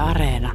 Areena.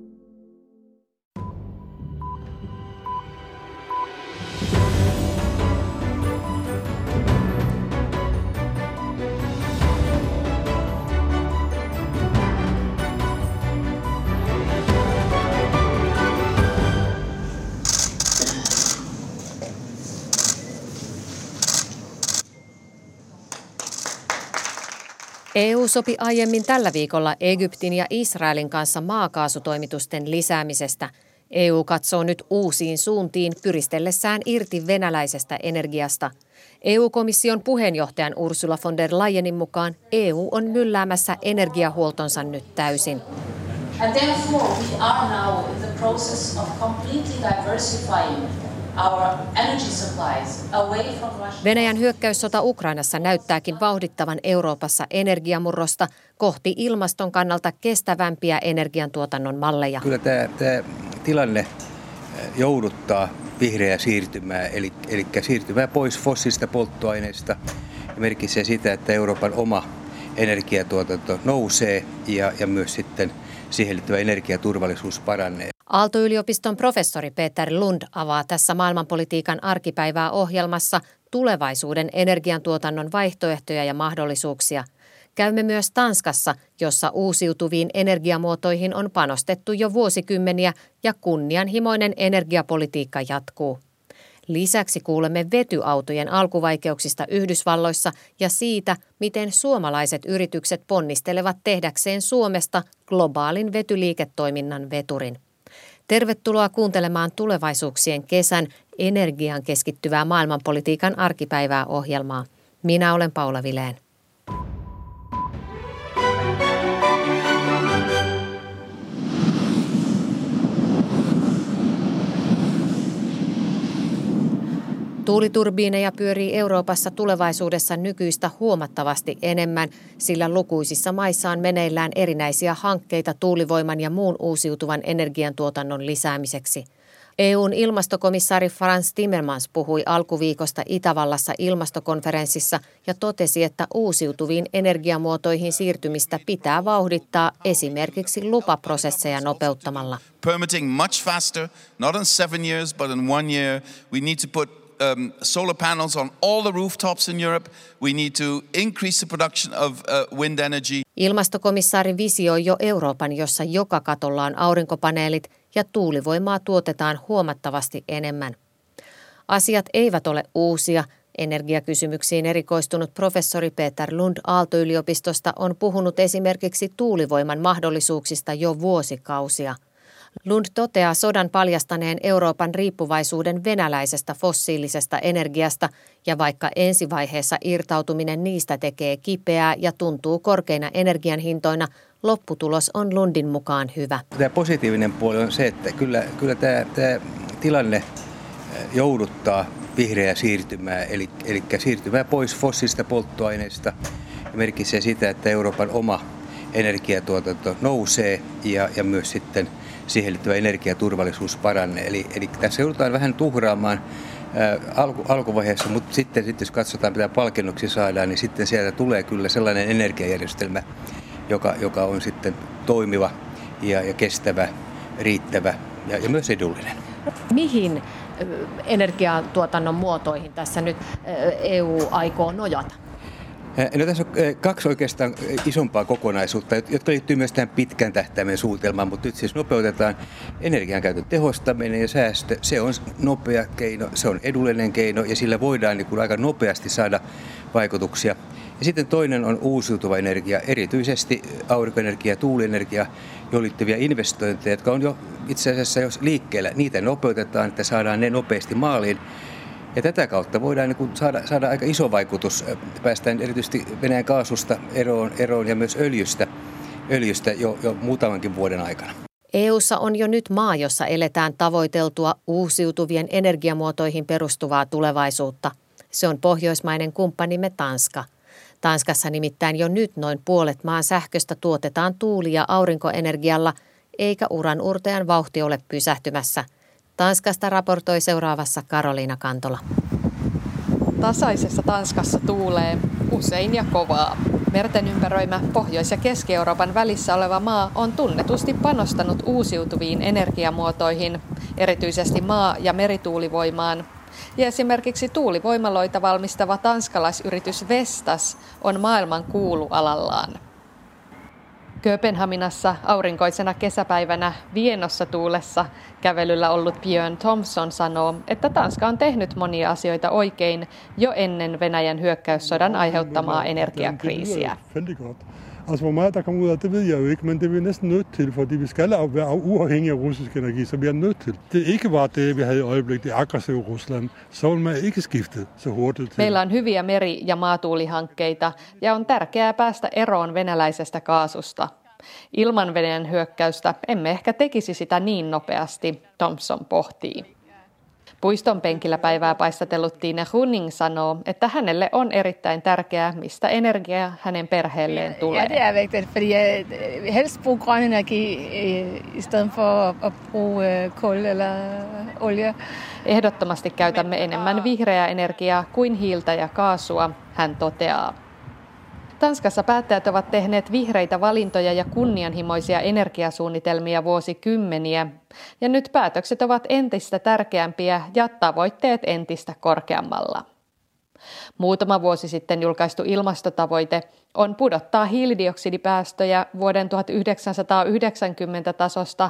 EU sopi aiemmin tällä viikolla Egyptin ja Israelin kanssa maakaasutoimitusten lisäämisestä. EU katsoo nyt uusiin suuntiin pyristellessään irti venäläisestä energiasta. EU-komission puheenjohtajan Ursula von der Leyenin mukaan EU on mylläämässä energiahuoltonsa nyt täysin. And therefore we are now in the process of completely diversifying our energy supplies away from Russia. Venäjän hyökkäyssota Ukrainassa näyttääkin vauhdittavan Euroopassa energiamurrosta kohti ilmaston kannalta kestävämpiä energiantuotannon malleja. Kyllä tämä tilanne jouduttaa vihreää siirtymää, eli siirtymää pois fossiilista polttoaineista ja merkitsee sitä, että Euroopan oma energiatuotanto nousee ja myös sitten siihen liittyvä energiaturvallisuus paranee. Aalto-yliopiston professori Peter Lund avaa tässä maailmanpolitiikan arkipäivää ohjelmassa tulevaisuuden energiantuotannon vaihtoehtoja ja mahdollisuuksia. Käymme myös Tanskassa, jossa uusiutuviin energiamuotoihin on panostettu jo vuosikymmeniä ja kunnianhimoinen energiapolitiikka jatkuu. Lisäksi kuulemme vetyautojen alkuvaikeuksista Yhdysvalloissa ja siitä, miten suomalaiset yritykset ponnistelevat tehdäkseen Suomesta globaalin vetyliiketoiminnan veturin. Tervetuloa kuuntelemaan tulevaisuuksien kesän energiaan keskittyvää maailmanpolitiikan arkipäivää ohjelmaa. Minä olen Paula Vilén. Tuuliturbiineja pyörii Euroopassa tulevaisuudessa nykyistä huomattavasti enemmän, sillä lukuisissa maissa on meneillään erinäisiä hankkeita tuulivoiman ja muun uusiutuvan energiantuotannon lisäämiseksi. EU:n ilmastokomissaari Frans Timmermans puhui alkuviikosta Itävallassa ilmastokonferenssissa ja totesi, että uusiutuviin energiamuotoihin siirtymistä pitää vauhdittaa esimerkiksi lupaprosesseja nopeuttamalla. Permitting much faster, not in 7 years but in 1 year. We need to put solar panels on all the rooftops in Europe. We need to increase the production of wind energy. Ilmastokomissaari visioi jo Euroopan, jossa joka katolla on aurinkopaneelit ja tuulivoimaa tuotetaan huomattavasti enemmän. Asiat eivät ole uusia. Energiakysymyksiin erikoistunut professori Peter Lund Aalto-yliopistosta on puhunut esimerkiksi tuulivoiman mahdollisuuksista jo vuosikausia. Lund toteaa sodan paljastaneen Euroopan riippuvaisuuden venäläisestä fossiilisesta energiasta, ja vaikka ensivaiheessa irtautuminen niistä tekee kipeää ja tuntuu korkeina energian hintoina, lopputulos on Lundin mukaan hyvä. Tämä positiivinen puoli on se, että kyllä tämä tilanne jouduttaa vihreää siirtymää, eli siirtymää pois fossiilista polttoaineista ja merkitsee sitä, että Euroopan oma energiatuotanto nousee ja myös sitten siihen liittyvä energiaturvallisuus paranee. Eli tässä joudutaan vähän tuhraamaan alkuvaiheessa, mutta sitten jos katsotaan mitä palkinnuksia saadaan, niin sitten sieltä tulee kyllä sellainen energiajärjestelmä, joka on sitten toimiva ja kestävä, riittävä ja myös edullinen. Mihin energiatuotannon muotoihin tässä nyt EU aikoo nojata? No, tässä on kaksi oikeastaan isompaa kokonaisuutta, jotka liittyy myös tähän pitkän tähtäimen suunnitelmaan, mutta nyt siis nopeutetaan energiankäytön tehostaminen ja säästö. Se on nopea keino, se on edullinen keino ja sillä voidaan niin kuin aika nopeasti saada vaikutuksia. Ja sitten toinen on uusiutuva energia, erityisesti aurinkoenergia ja tuulienergia, joihin liittyviä investointeja, jotka on jo itse asiassa jos liikkeellä. Niitä nopeutetaan, että saadaan ne nopeasti maaliin. Ja tätä kautta voidaan saada aika iso vaikutus. Päästään erityisesti Venäjän kaasusta eroon ja myös öljystä jo muutamankin vuoden aikana. EU:ssa on jo nyt maa, jossa eletään tavoiteltua uusiutuvien energiamuotoihin perustuvaa tulevaisuutta. Se on pohjoismainen kumppanimme Tanska. Tanskassa nimittäin jo nyt noin puolet maan sähköstä tuotetaan tuuli- ja aurinkoenergialla, eikä uranurtajan vauhti ole pysähtymässä. Tanskasta raportoi seuraavassa Karoliina Kantola. Tasaisessa Tanskassa tuulee usein ja kovaa. Merten ympäröimä Pohjois- ja Keski-Euroopan välissä oleva maa on tunnetusti panostanut uusiutuviin energiamuotoihin, erityisesti maa- ja merituulivoimaan. Ja esimerkiksi tuulivoimaloita valmistava tanskalaisyritys Vestas on maailman kuulu alallaan. Kööpenhaminassa aurinkoisena kesäpäivänä Vienossa tuulessa kävelyllä ollut Björn Thomson sanoo, että Tanska on tehnyt monia asioita oikein jo ennen Venäjän hyökkäyssodan aiheuttamaa energiakriisiä. Altså hvor meget der kommer ud af, det ved jeg jo ikke, men det er vi næsten nødt til, fordi vi skal være uafhængige af russisk energi, så vi er nødt til. Det ikke var det, vi havde i øjeblikket, det aggressive Rusland, så vil man ikke skifte så hurtigt til. Meillä on hyviä meri- ja maatuulihankkeita ja on tärkeää päästä eroon venäläisestä kaasusta. Ilman Venäjän hyökkäystä emme ehkä tekisi sitä niin nopeasti, Thomson pohtii. Puiston penkillä päivää paistatellut Tine Hunning sanoo, että hänelle on erittäin tärkeää, mistä energiaa hänen perheelleen tulee. Ja, det er vigtigt, fordi jeg helst bruge grøn energi i stedet for at bruge kul eller olie. Ehdottomasti käytämme enemmän vihreää energiaa kuin hiiltä ja kaasua, hän toteaa. Tanskassa päättäjät ovat tehneet vihreitä valintoja ja kunnianhimoisia energiasuunnitelmia vuosikymmeniä, ja nyt päätökset ovat entistä tärkeämpiä ja tavoitteet entistä korkeammalla. Muutama vuosi sitten julkaistu ilmastotavoite on pudottaa hiilidioksidipäästöjä vuoden 1990 tasosta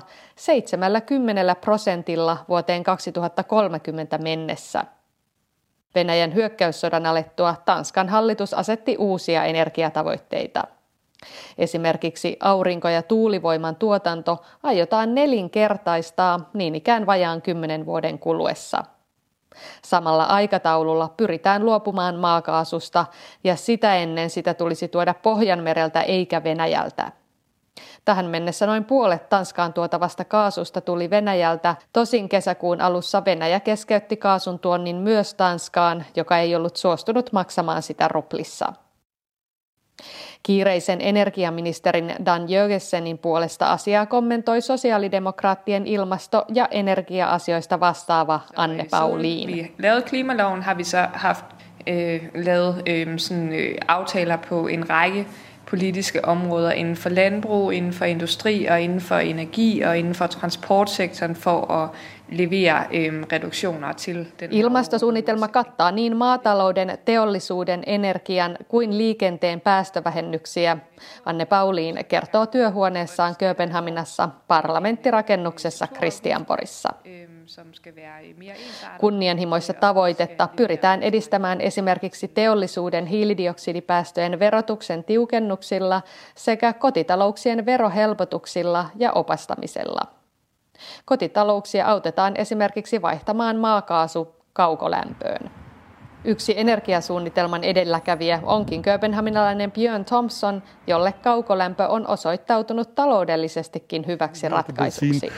70% vuoteen 2030 mennessä. Venäjän hyökkäyssodan alettua Tanskan hallitus asetti uusia energiatavoitteita. Esimerkiksi aurinko- ja tuulivoiman tuotanto aiotaan nelinkertaistaa niin ikään vajaan 10 vuoden kuluessa. Samalla aikataululla pyritään luopumaan maakaasusta ja sitä ennen sitä tulisi tuoda Pohjanmereltä eikä Venäjältä. Tähän mennessä noin puolet Tanskaan tuotavasta kaasusta tuli Venäjältä, tosin kesäkuun alussa Venäjä keskeytti kaasun tuonnin myös Tanskaan, joka ei ollut suostunut maksamaan sitä ruplissa. Kiireisen energiaministerin Dan Jørgensenin puolesta asiaa kommentoi sosiaalidemokraattien ilmasto- ja energia-asioista vastaava Anne Paulin. Vi lavede klimaloven, har vi så haft lavet aftaler på en række politiske områder inden for landbrug, inden for industri og inden for energi og inden for transportsektoren for at levere reduktioner til den. Ilmastosuunnitelma kattaa niin maatalouden, teollisuuden, energian kuin liikenteen päästövähennyksiä. Anne Pauliin kertoo työhuoneessaan Kööpenhaminassa parlamenttirakennuksessa Christianborgissa. Kunnianhimoista tavoitetta pyritään edistämään esimerkiksi teollisuuden hiilidioksidipäästöjen verotuksen tiukennuksilla sekä kotitalouksien verohelpotuksilla ja opastamisella. Kotitalouksia autetaan esimerkiksi vaihtamaan maakaasu kaukolämpöön. Yksi energiasuunnitelman edelläkävijä onkin kööpenhaminalainen Björn Thomson, jolle kaukolämpö on osoittautunut taloudellisestikin hyväksi ratkaisuksi.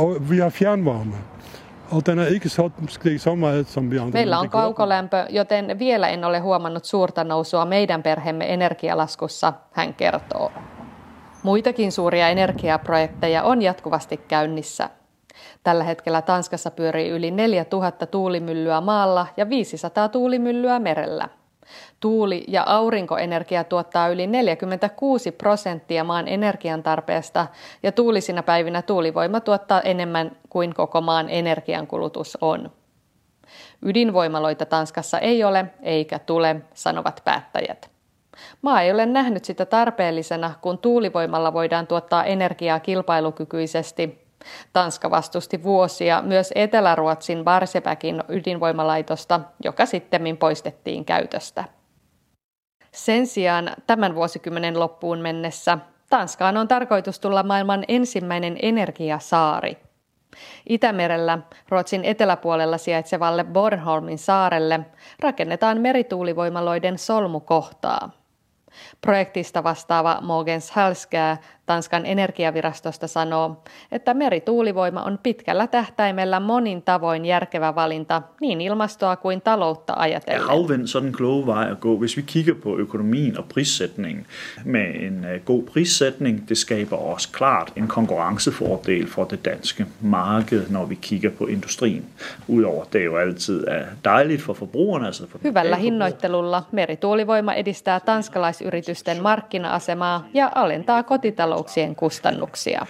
Meillä on kaukolämpö, joten vielä en ole huomannut suurta nousua meidän perheemme energialaskussa, hän kertoo. Muitakin suuria energiaprojekteja on jatkuvasti käynnissä. Tällä hetkellä Tanskassa pyörii yli 4000 tuulimyllyä maalla ja 500 tuulimyllyä merellä. Tuuli- ja aurinkoenergia tuottaa yli 46% maan energiantarpeesta ja tuulisina päivinä tuulivoima tuottaa enemmän kuin koko maan energiankulutus on. Ydinvoimaloita Tanskassa ei ole eikä tule, sanovat päättäjät. Maa ei ole nähnyt sitä tarpeellisena, kun tuulivoimalla voidaan tuottaa energiaa kilpailukykyisesti. Tanska vastusti vuosia myös Etelä-Ruotsin Barsebäkin ydinvoimalaitosta, joka sittemmin poistettiin käytöstä. Sen sijaan tämän vuosikymmenen loppuun mennessä Tanskaan on tarkoitus tulla maailman ensimmäinen energiasaari. Itämerellä, Ruotsin eteläpuolella sijaitsevalle Bornholmin saarelle, rakennetaan merituulivoimaloiden solmukohtaa. Projektista vastaava Mogens Halskää Tanskan energiavirastosta sanoo, että merituulivoima on pitkällä tähtäimellä monin tavoin järkevä valinta niin ilmastoa kuin taloutta ajatellen. Havvind så den kloge vej at gå. Hvis vi kigger på økonomien og prissætningen med en god prissætning, det skaber også klart en konkurrencefordel for det danske marked, når vi kigger på industrien. Udover det er jo altid dejligt for forbrugerne. Altså for hyvällä hinnoittelulla merituulivoima edistää tanskalaisyrityksiä suomalaisyritysten markkina-asemaa ja alentaa kotitalouksien kustannuksia.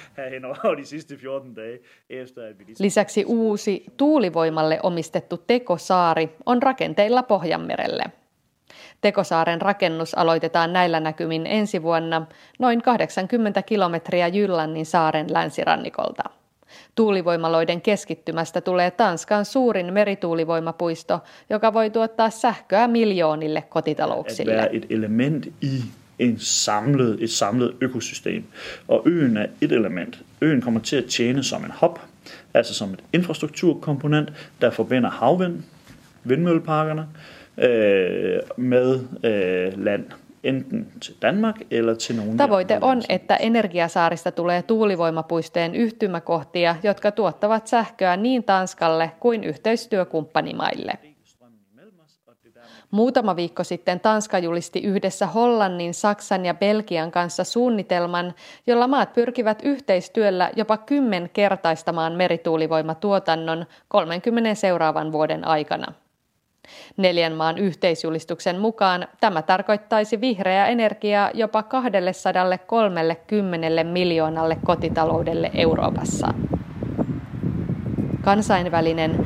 Lisäksi uusi tuulivoimalle omistettu Tekosaari on rakenteilla Pohjanmerelle. Tekosaaren rakennus aloitetaan näillä näkymin ensi vuonna noin 80 kilometriä Jyllannin saaren länsirannikolta. Tuulivoimaloiden keskittymästä tulee Tanskan suurin merituulivoimapuisto, joka voi tuottaa sähköä miljoonille kotitalouksille. Et element i et samlet økosystem. Og øen er et element. Øen kommer til at tjene som en hub, altså som et infrastrukturkomponent, der forbinder vindmølleparkerne med land. Enten til Danmark eller til nogle. Tavoite on, että Energiasaarista tulee tuulivoimapuistojen yhtymäkohtia, jotka tuottavat sähköä niin Tanskalle kuin yhteistyökumppanimaille. Muutama viikko sitten Tanska julisti yhdessä Hollannin, Saksan ja Belgian kanssa suunnitelman, jolla maat pyrkivät yhteistyöllä jopa 10-kertaistamaan merituulivoimatuotannon 30 seuraavan vuoden aikana. 4 maan yhteisjulistuksen mukaan tämä tarkoittaisi vihreää energiaa jopa 230 miljoonalle kotitaloudelle Euroopassa. Kansainvälinen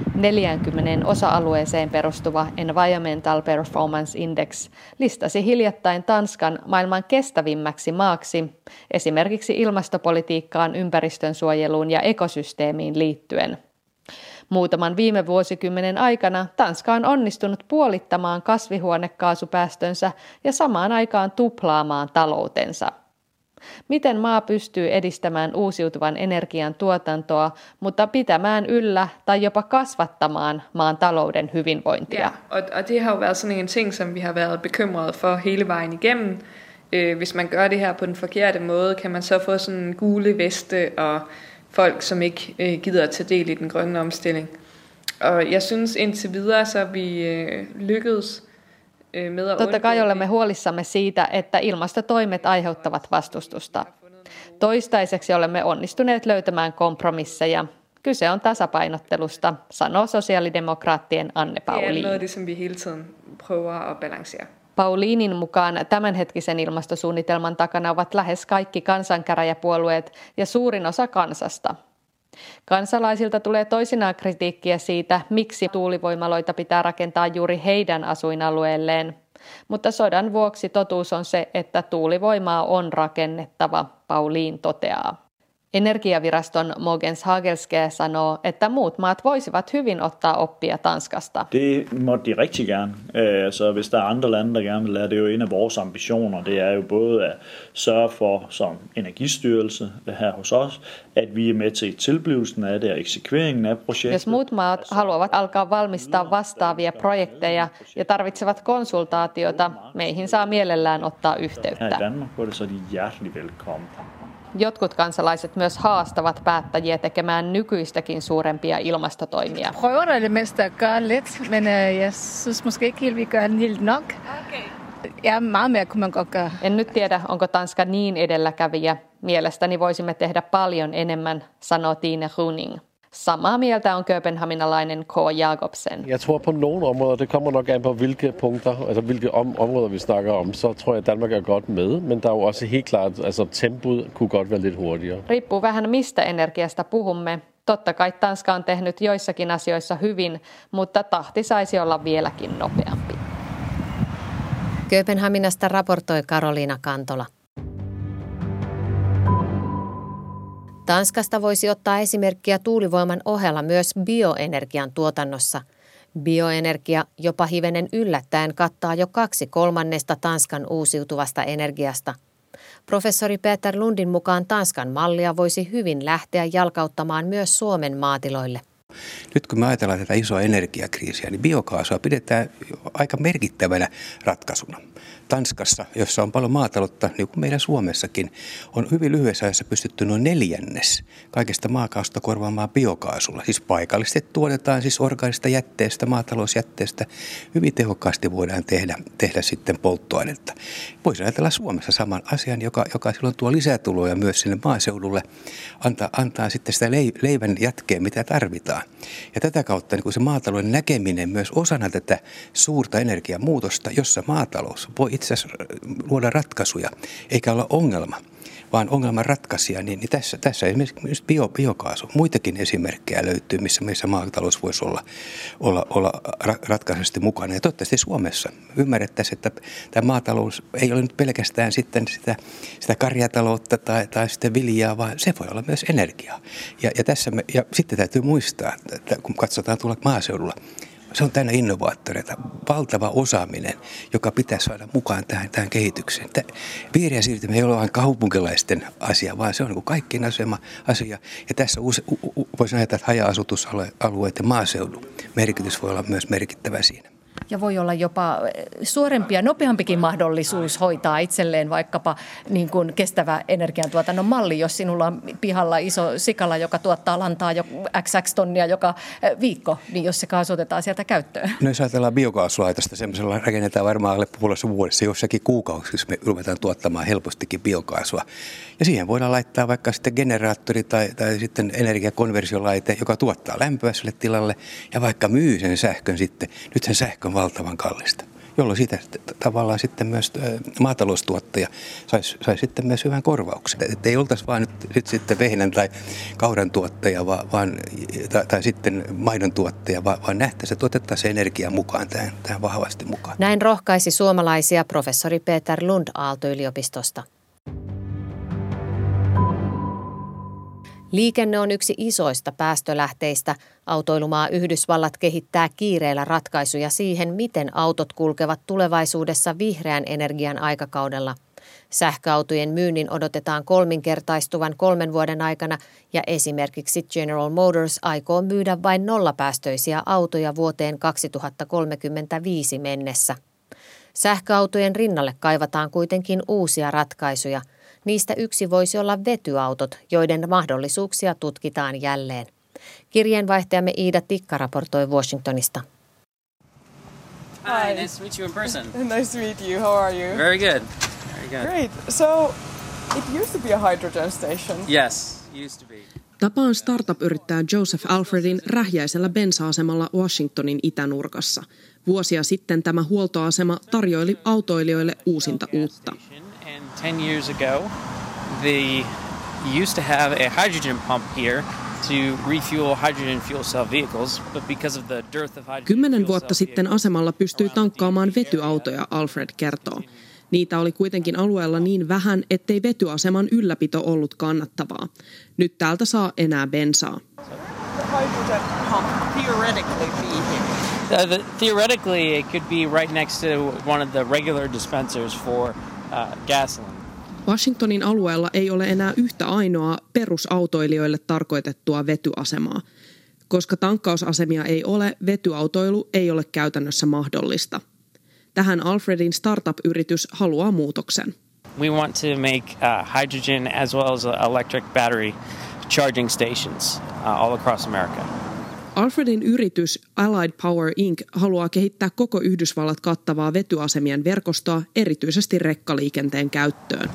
40 osa-alueeseen perustuva Environmental Performance Index listasi hiljattain Tanskan maailman kestävimmäksi maaksi, esimerkiksi ilmastopolitiikkaan, ympäristönsuojeluun ja ekosysteemiin liittyen. Muutaman viime vuosikymmenen aikana Tanska on onnistunut puolittamaan kasvihuonekaasupäästönsä ja samaan aikaan tuplaamaan taloutensa. Miten maa pystyy edistämään uusiutuvan energian tuotantoa, mutta pitämään yllä tai jopa kasvattamaan maan talouden hyvinvointia? Ja, og det har jo været sådan en ting, som vi har været bekymrede for hele vejen igennem. Hvis man gør det her på den forkerte måde, kan man så få sådan en gule veste og folk, som ikke gider at tage del i den grønne omstilling. Og jeg synes indtil videre, så vi lykkedes med at Totta kai olemme huolissamme siitä, että ilmastotoimet aiheuttavat vastustusta. Toistaiseksi olemme onnistuneet löytämään kompromisseja. Kyse on tasapainottelusta, sanoo sosiaalidemokraattien Anne Pauliin. Det er det, som vi hele tiden prøver at balancere. Pauliinin mukaan tämänhetkisen ilmastosuunnitelman takana ovat lähes kaikki kansankäräjäpuolueet ja suurin osa kansasta. Kansalaisilta tulee toisinaan kritiikkiä siitä, miksi tuulivoimaloita pitää rakentaa juuri heidän asuinalueelleen. Mutta sodan vuoksi totuus on se, että tuulivoimaa on rakennettava, Pauliin toteaa. Energiaviraston Mogens Hagelskær sanoo, että muut maat voisivat hyvin ottaa oppia Tanskasta. Det måtte de rigtig gerne. Så hvis der er andre lande, der gerne vil lære, det er jo en af vores ambitioner. Det er jo både at sørge for, som energistyrelse her hos os, at vi er med til tilblivelsen af det og eksekveringen af projektet. Jos muut maat haluavat alkaa valmistaa vastaavia projekteja ja tarvitsevat konsultaatiota, meihin saa mielellään ottaa yhteyttä. Her i Danmark, hvor det så er de hjertelig velkommen. Jotkut kansalaiset myös haastavat päättäjiä tekemään nykyistäkin suurempia ilmastotoimia. Prøver der det meste at gøre lidt, men jeg synes måske ikke helt, vi gør den helt nok. Ja, meget mere kunne man godt gøre. En nyt tiedä, onko Tanska niin edelläkävijä. Mielestäni voisimme tehdä paljon enemmän, sanoo Tine Runing. Samaa mieltä on kööpenhaminalainen K. Jacobsen. Jeg tror på nogle områder, det kommer nok an på hvilke punkter, altså hvilke områder vi snakker om, så tror jeg Danmark er godt med, men der er jo også helt klart, altså tempoet kunne godt være lidt hurtigere. Riippuu vähän mistä energiasta puhumme. Totta kai Tanska on tehnyt joissakin asioissa hyvin, mutta tahti saisi olla vieläkin nopeampi. Kööpenhaminasta raportoi Karoliina Kantola. Tanskasta voisi ottaa esimerkkiä tuulivoiman ohella myös bioenergian tuotannossa. Bioenergia jopa hivenen yllättäen kattaa jo 2/3 Tanskan uusiutuvasta energiasta. Professori Peter Lundin mukaan Tanskan mallia voisi hyvin lähteä jalkauttamaan myös Suomen maatiloille. Nyt kun me ajatellaan tätä isoa energiakriisiä, niin biokaasua pidetään aika merkittävänä ratkaisuna. Tanskassa, jossa on paljon maataloutta, niin kuin meidän Suomessakin, on hyvin lyhyessä ajassa pystytty noin 1/4 kaikesta maakaasusta korvaamaan biokaasulla. Siis paikallisesti tuotetaan siis orgaanisesta jätteestä, maatalousjätteestä. Hyvin tehokkaasti voidaan tehdä sitten polttoainetta. Voisi ajatella Suomessa saman asian, joka silloin tuo lisätuloja myös sinne maaseudulle, antaa sitten sitä leivän jatkeen, mitä tarvitaan. Ja tätä kautta niin kuin se maatalouden näkeminen myös osana tätä suurta energiamuutosta, jossa maatalous voi itse asiassa luoda ratkaisuja, eikä olla ongelma, vaan ongelman ratkaisija, niin tässä esimerkiksi biokaasu. Muitakin esimerkkejä löytyy, missä maatalous voisi olla ratkaisevasti mukana. Ja toivottavasti Suomessa ymmärrettäisiin, että tämä maatalous ei ole nyt pelkästään sitten sitä karjataloutta tai sitten viljaa, vaan se voi olla myös energiaa. Ja sitten täytyy muistaa, että kun katsotaan tuolla maaseudulla, se on täynnä innovaattoreita, valtava osaaminen, joka pitää saada mukaan tähän kehitykseen. Vihreä siirtymä ei ole vain kaupunkilaisten asia, vaan se on niin kuin kaikkien asia. Ja tässä voisi ajatella, että haja-asutusalueet ja maaseudun merkitys voi olla myös merkittävä siinä. Ja voi olla jopa suorempi ja nopeampikin mahdollisuus hoitaa itselleen vaikkapa niin kuin kestävä energiantuotannon malli, jos sinulla on pihalla iso sikala, joka tuottaa lantaa jo XX tonnia joka viikko, niin jos se kaasutetaan sieltä käyttöön. No jos ajatellaan biokaasulaitosta, semmoisella rakennetaan varmaan alle puolessa vuodessa, jossakin kuukausissa me ruvetaan tuottamaan helpostikin biokaasua. Ja siihen voidaan laittaa vaikka sitten generaattori tai sitten energiakonversiolaite, joka tuottaa lämpöä sille tilalle ja vaikka myy sen sähkön sitten. Nyt sen sähkö on valtavan kallista, jolloin siitä tavallaan sitten myös maataloustuottaja saisi sitten myös hyvän korvauksen. Että ei oltaisi vain nyt sitten vehnän tai kauran tuottaja tai sitten maidon tuottaja, vaan nähtäisiin, että otettaisiin energiaa mukaan tähän vahvasti mukaan. Näin rohkaisi suomalaisia professori Peter Lund Aalto-yliopistosta. Liikenne on yksi isoista päästölähteistä. Autoilumaa Yhdysvallat kehittää kiireellä ratkaisuja siihen, miten autot kulkevat tulevaisuudessa vihreän energian aikakaudella. Sähköautojen myynnin odotetaan kolminkertaistuvan 3 vuoden aikana ja esimerkiksi General Motors aikoo myydä vain nollapäästöisiä autoja vuoteen 2035 mennessä. Sähköautojen rinnalle kaivataan kuitenkin uusia ratkaisuja. Niistä yksi voisi olla vetyautot, joiden mahdollisuuksia tutkitaan jälleen. Kirjeenvaihtajamme Iida Tikka raportoi Washingtonista. Hi, nice to meet you in person. Nice to meet you. How are you? Very good. Very good. Great. So, it used to be a hydrogen station. Yes, used to be. Tapaan startup-yrittäjä Joseph Alfredin rähjäisellä bensa-asemalla Washingtonin itänurkassa. Vuosia sitten tämä huoltoasema tarjoili autoilijoille uusinta uutta. 10 years ago, they used to have a hydrogen pump here to refuel hydrogen fuel cell vehicles, but because of the dearth of hydrogen 10 vuotta sitten asemalla pystyi tankkaamaan vetyautoja, Alfred kertoo. Niitä oli kuitenkin alueella niin vähän, ettei vetyaseman ylläpito ollut kannattavaa. Nyt täältä saa enää bensaa. Theoretically, it could be right next to one of the regular dispensers for gasoline. Washingtonin alueella ei ole enää yhtä ainoaa perusautoilijoille tarkoitettua vetyasemaa. Koska tankkausasemia ei ole, vetyautoilu ei ole käytännössä mahdollista. Tähän Alfredin startup-yritys haluaa muutoksen. We want to make hydrogen as well as electric battery charging stations all across America. Alfredin yritys Allied Power Inc. haluaa kehittää koko Yhdysvallat kattavaa vetyasemien verkostoa erityisesti rekkaliikenteen käyttöön.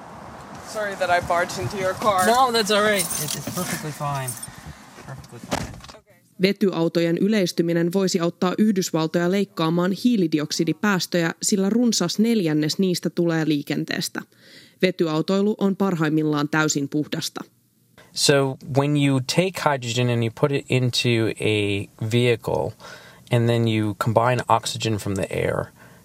Sorry that I barged into your car. No, that's all right. It's perfectly fine. Perfectly fine. Vetyautojen yleistyminen voisi auttaa Yhdysvaltoja leikkaamaan hiilidioksidipäästöjä, sillä runsas 1/4 niistä tulee liikenteestä. Vetyautoilu on parhaimmillaan täysin puhdasta. So when you take hydrogen and you put it into a vehicle and then you combine oxygen from the air,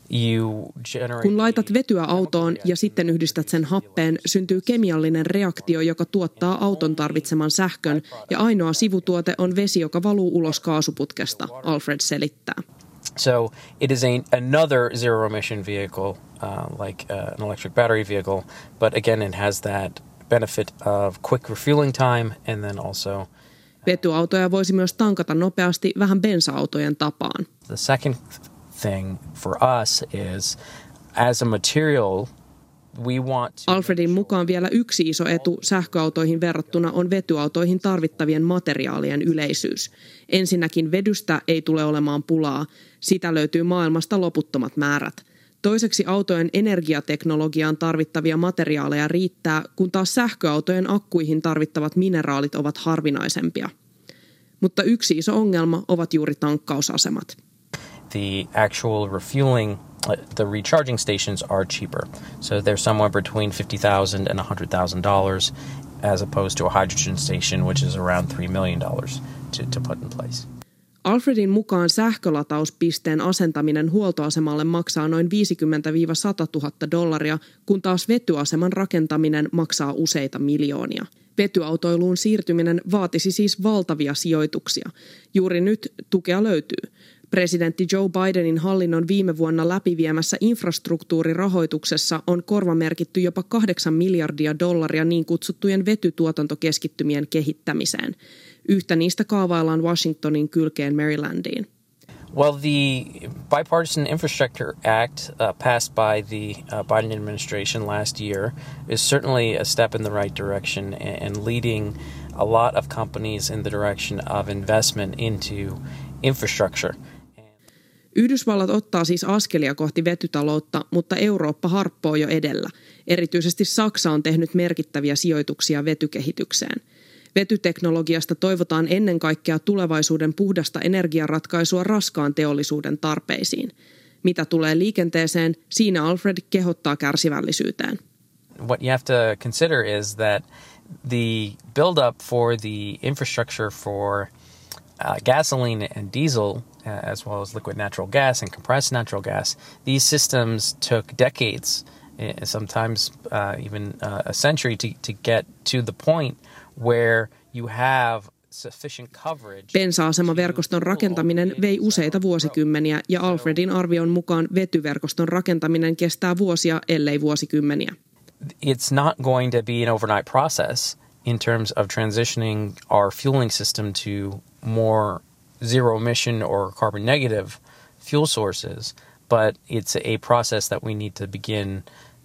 you generate... Kun laitat vetyä autoon ja sitten yhdistät sen happeen, syntyy kemiallinen reaktio, joka tuottaa auton tarvitseman sähkön ja ainoa sivutuote on vesi, joka valuu ulos kaasuputkesta, Alfred selittää. So it is another zero emission vehicle like an electric battery vehicle, but again it has that benefit of quick refueling time and then also vetyautoja voisi myös tankata nopeasti vähän bensa-autojen tapaan. The second thing for us is as a material we want to... Alfredin mukaan vielä yksi iso etu sähköautoihin verrattuna on vetyautoihin tarvittavien materiaalien yleisyys. Ensinnäkin vedystä ei tule olemaan pulaa, sitä löytyy maailmasta loputtomat määrät. Toiseksi autojen energiateknologiaan tarvittavia materiaaleja riittää, kun taas sähköautojen akkuihin tarvittavat mineraalit ovat harvinaisempia. mutta yksi iso ongelma ovat juuri tankkausasemat. The actual refueling, the recharging stations are cheaper. So they're somewhere between $50,000 and $100,000 as opposed to a hydrogen station, which is around $3 million to put in place. Alfredin mukaan sähkölatauspisteen asentaminen huoltoasemalle maksaa noin $50,000–$100,000, kun taas vetyaseman rakentaminen maksaa useita miljoonia. Vetyautoiluun siirtyminen vaatisi siis valtavia sijoituksia. Juuri nyt tukea löytyy. Presidentti Joe Bidenin hallinnon viime vuonna läpiviemässä infrastruktuurirahoituksessa on korvamerkitty jopa $8 miljardia niin kutsuttujen vetytuotantokeskittymien kehittämiseen. Yhtä niistä kaavaillaan Washingtonin kylkeen Marylandiin. Well, the Bipartisan Infrastructure Act passed by the Biden administration last year is certainly a step in the right direction and leading a lot of companies in the direction of investment into infrastructure. Yhdysvallat ottaa siis askelia kohti vetytaloutta, mutta Eurooppa harppoo jo edellä. Erityisesti Saksa on tehnyt merkittäviä sijoituksia vetykehitykseen. Vetyteknologiasta toivotaan ennen kaikkea tulevaisuuden puhdasta energiaratkaisua raskaan teollisuuden tarpeisiin. Mitä tulee liikenteeseen, siinä Alfred kehottaa kärsivällisyyteen. What you have to consider is that the build-up for the infrastructure for gasoline and diesel, as well as liquid natural gas and compressed natural gas, these systems took decades, sometimes even a century to get to the point where you have sufficient coverage. Bensa-asemaverkoston rakentaminen vei useita vuosikymmeniä ja Alfredin arvion mukaan vetyverkoston rakentaminen kestää vuosia, ellei vuosikymmeniä. It's not going to be an overnight process in terms of transitioning our fueling system to more zero emission or carbon negative fuel sources, but it's a process that we need to begin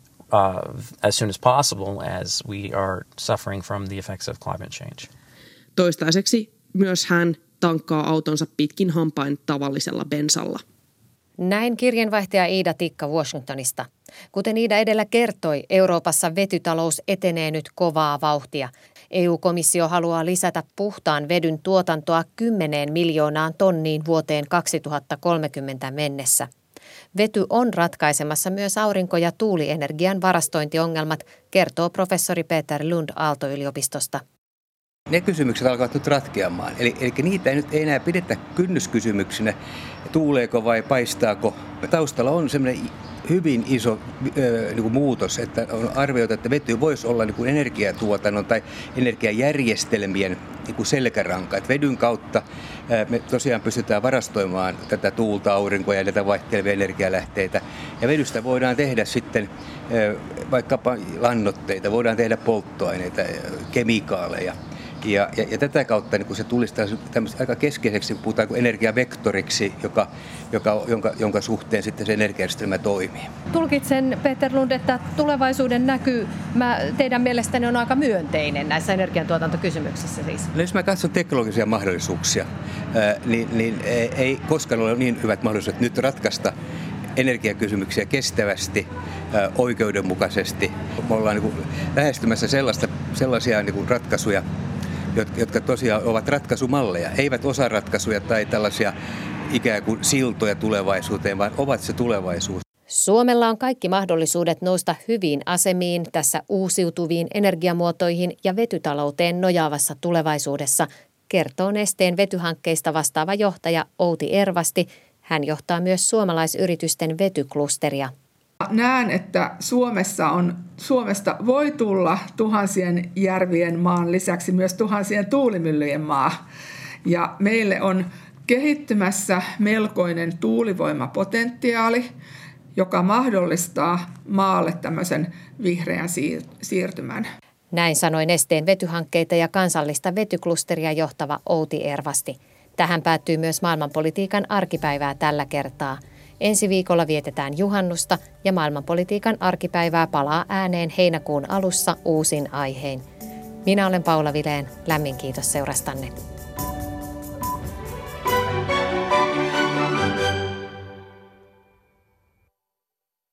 as soon as possible as we are suffering from the effects of climate change. Toistaiseksi myös hän tankkaa autonsa pitkin hampain tavallisella bensalla. Näin kirjeenvaihtaja Iida Tikka Washingtonista. Kuten Iida edellä kertoi, Euroopassa vetytalous etenee nyt kovaa vauhtia. EU-komissio haluaa lisätä puhtaan vedyn tuotantoa 10 miljoonaan tonniin vuoteen 2030 mennessä. Vety on ratkaisemassa myös aurinko- ja tuulienergian varastointiongelmat, kertoo professori Peter Lund Aalto-yliopistosta. Ne kysymykset alkavat nyt ratkeamaan. Eli niitä ei nyt enää pidetä kynnyskysymyksinä, tuuleeko vai paistaako. Taustalla on semmoinen hyvin iso muutos, että on arvioitu, että vety voisi olla energiatuotannon tai energiajärjestelmien selkäranka. Että vedyn kautta me tosiaan pystytään varastoimaan tätä tuulta, aurinkoa ja näitä vaihtelevia energialähteitä. Ja vedystä voidaan tehdä sitten vaikkapa lannoitteita, voidaan tehdä polttoaineita, kemikaaleja. Ja tätä kautta niin kun se tulisi aika keskeiseksi, kun puhutaan energiavektoriksi, jonka suhteen sitten se energiajärjestelmä toimii. Tulkitsen, Peter Lund, että tulevaisuuden näkymä teidän mielestänne on aika myönteinen näissä energiantuotantokysymyksissä siis. Jos mä katson teknologisia mahdollisuuksia, niin ei koskaan ole niin hyvät mahdollisuudet nyt ratkaista energiakysymyksiä kestävästi, oikeudenmukaisesti. Me ollaan lähestymässä sellaisia ratkaisuja, jotka tosiaan ovat ratkaisumalleja, eivät osaratkaisuja tai tällaisia ikään kuin siltoja tulevaisuuteen, vaan ovat se tulevaisuus. Suomella on kaikki mahdollisuudet nousta hyviin asemiin tässä uusiutuviin energiamuotoihin ja vetytalouteen nojaavassa tulevaisuudessa, kertoo Nesteen vetyhankkeista vastaava johtaja Outi Ervasti. Hän johtaa myös suomalaisyritysten vetyklusteria. Näen, että Suomesta voi tulla tuhansien järvien maan lisäksi myös tuhansien tuulimyllyjen maa. Ja meille on kehittymässä melkoinen tuulivoimapotentiaali, joka mahdollistaa maalle tämmöisen vihreän siirtymän. Näin sanoi Nesteen vetyhankkeita ja kansallista vetyklusteria johtava Outi Ervasti. Tähän päättyy myös maailmanpolitiikan arkipäivää tällä kertaa. Ensi viikolla vietetään juhannusta ja maailmanpolitiikan arkipäivää palaa ääneen heinäkuun alussa uusin aihein. Minä olen Paula Vileen. Lämmin kiitos seurastanne.